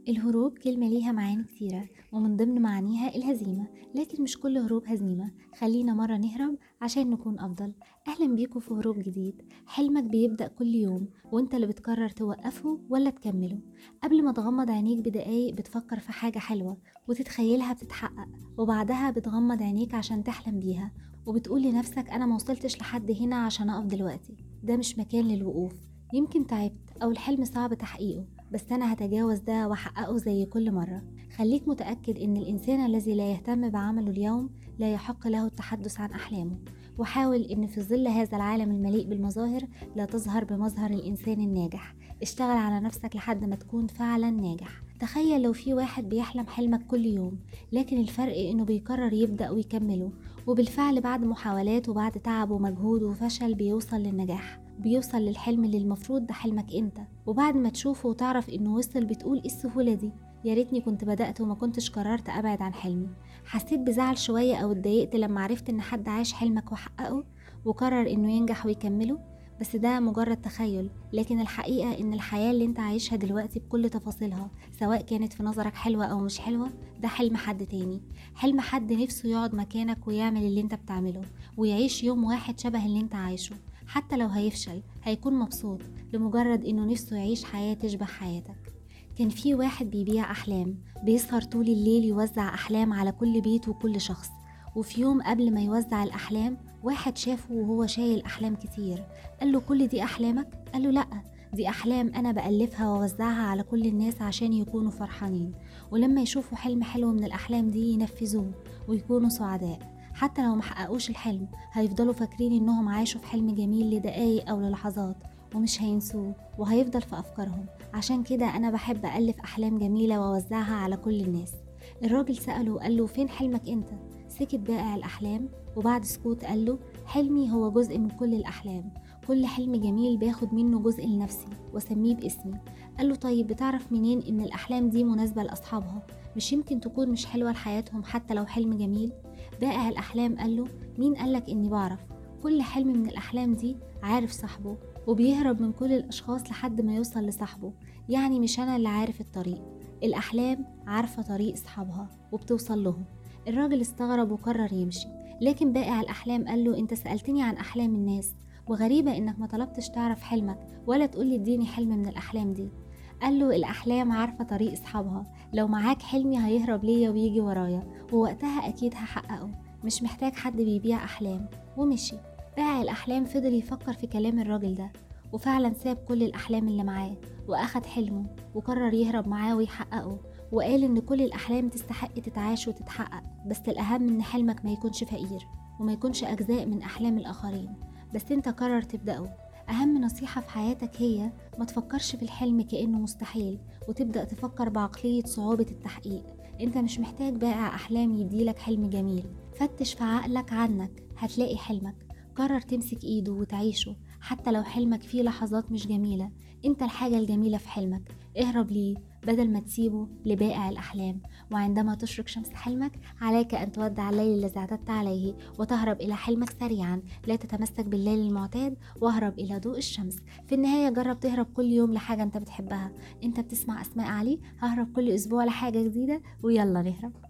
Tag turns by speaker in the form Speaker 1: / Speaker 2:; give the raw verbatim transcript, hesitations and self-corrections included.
Speaker 1: الهروب كلمة ليها معاني كتيرة، ومن ضمن معانيها الهزيمة، لكن مش كل هروب هزيمة. خلينا مرة نهرب عشان نكون أفضل. أهلا بيكم في هروب جديد. حلمك بيبدأ كل يوم، وانت اللي بتقرر توقفه ولا تكمله. قبل ما تغمض عينيك بدقايق بتفكر في حاجة حلوة وتتخيلها بتتحقق، وبعدها بتغمض عينيك عشان تحلم بيها، وبتقول لنفسك أنا موصلتش لحد هنا عشان أقف دلوقتي. ده مش مكان للوقوف. يمكن تعبت أو الحلم صعب تحقيقه، بس أنا هتجاوز ده وأحققه زي كل مرة. خليك متأكد إن الإنسان الذي لا يهتم بعمله اليوم لا يحق له التحدث عن أحلامه. وحاول إن في ظل هذا العالم المليء بالمظاهر لا تظهر بمظهر الإنسان الناجح. اشتغل على نفسك لحد ما تكون فعلا ناجح. تخيل لو في واحد بيحلم حلمك كل يوم، لكن الفرق إنه بيقرر يبدأ ويكمله، وبالفعل بعد محاولات وبعد تعب ومجهود وفشل بيوصل للنجاح، بيوصل للحلم اللي المفروض ده حلمك انت. وبعد ما تشوفه وتعرف انه وصل بتقول ايه السهولة دي؟ يا ريتني كنت بدأت وما كنتش قررت ابعد عن حلمي. حسيت بزعل شوية او اتضايقت لما عرفت ان حد عاش حلمك وحققه وقرر انه ينجح ويكمله؟ بس ده مجرد تخيل، لكن الحقيقة ان الحياة اللي انت عايشها دلوقتي بكل تفاصيلها، سواء كانت في نظرك حلوة او مش حلوة، ده حلم حد تاني. حلم حد نفسه يقعد مكانك ويعمل اللي انت بتعمله، ويعيش يوم واحد شبه اللي انت عايشه. حتى لو هيفشل هيكون مبسوط لمجرد انه نفسه يعيش حياة تشبه حياتك. كان في واحد بيبيع أحلام، بيسهر طول الليل يوزع أحلام على كل بيت وكل شخص. وفي يوم قبل ما يوزع الأحلام، واحد شافه وهو شايل أحلام كتير. قال له كل دي أحلامك؟ قال له لأ، دي أحلام أنا بألفها ووزعها على كل الناس عشان يكونوا فرحانين، ولما يشوفوا حلم حلو من الأحلام دي ينفذوه ويكونوا سعداء. حتى لو محققوش الحلم هيفضلوا فاكرين إنهم عاشوا في حلم جميل لدقايق أو للحظات، ومش هينسوه وهيفضل في أفكارهم. عشان كده أنا بحب ألف أحلام جميلة ووزعها على كل الناس. الراجل سأله وقال له فين حلمك أنت؟ سكت بائع الأحلام، وبعد سكوت قال له حلمي هو جزء من كل الأحلام. كل حلم جميل باخد منه جزء لنفسي وسميه باسمي. قال له طيب بتعرف منين إن الأحلام دي مناسبة لأصحابها؟ مش يمكن تكون مش حلوة لحياتهم حتى لو حلم جميل؟ بائع الأحلام قال له مين قالك إني بعرف؟ كل حلم من الأحلام دي عارف صاحبه، وبيهرب من كل الأشخاص لحد ما يوصل لصاحبه. يعني مش أنا اللي عارف الطريق، الأحلام عارفة طريق صحابها وبتوصل لهم. الراجل استغرب وقرر يمشي، لكن بائع الأحلام قال له أنت سألتني عن أحلام الناس، وغريبة إنك ما طلبتش تعرف حلمك ولا تقولي اديني حلم من الأحلام دي. قال له الأحلام عارفة طريق أصحابها، لو معاك حلمي هيهرب ليا ويجي ورايا، ووقتها أكيد هحققه. مش محتاج حد بيبيع أحلام. ومشي. بائع الأحلام فضل يفكر في كلام الراجل ده، وفعلا ساب كل الأحلام اللي معاه وأخد حلمه وقرر يهرب معاه ويحققه. وقال إن كل الأحلام تستحق تتعاش وتتحقق، بس الأهم إن حلمك ما يكونش فقير وما يكونش أجزاء من أحلام الآخرين، بس أنت قرر تبدأه. أهم نصيحة في حياتك هي ما تفكرش في الحلم كأنه مستحيل، وتبدأ تفكر بعقلية صعوبة التحقيق. أنت مش محتاج بائع أحلام يديلك حلم جميل. فتش في عقلك عنك هتلاقي حلمك. قرر تمسك إيده وتعيشه، حتى لو حلمك فيه لحظات مش جميلة. أنت الحاجة الجميلة في حلمك، اهرب ليه بدل ما تسيبه لبائع الأحلام. وعندما تشرق شمس حلمك عليك أن تودع الليل الذي اعتدت عليه وتهرب إلى حلمك سريعا. لا تتمسك بالليل المعتاد، واهرب إلى ضوء الشمس. في النهاية جرب تهرب كل يوم لحاجة أنت بتحبها. أنت بتسمع أسماء علي، ههرب كل أسبوع لحاجة جديدة، ويلا نهرب.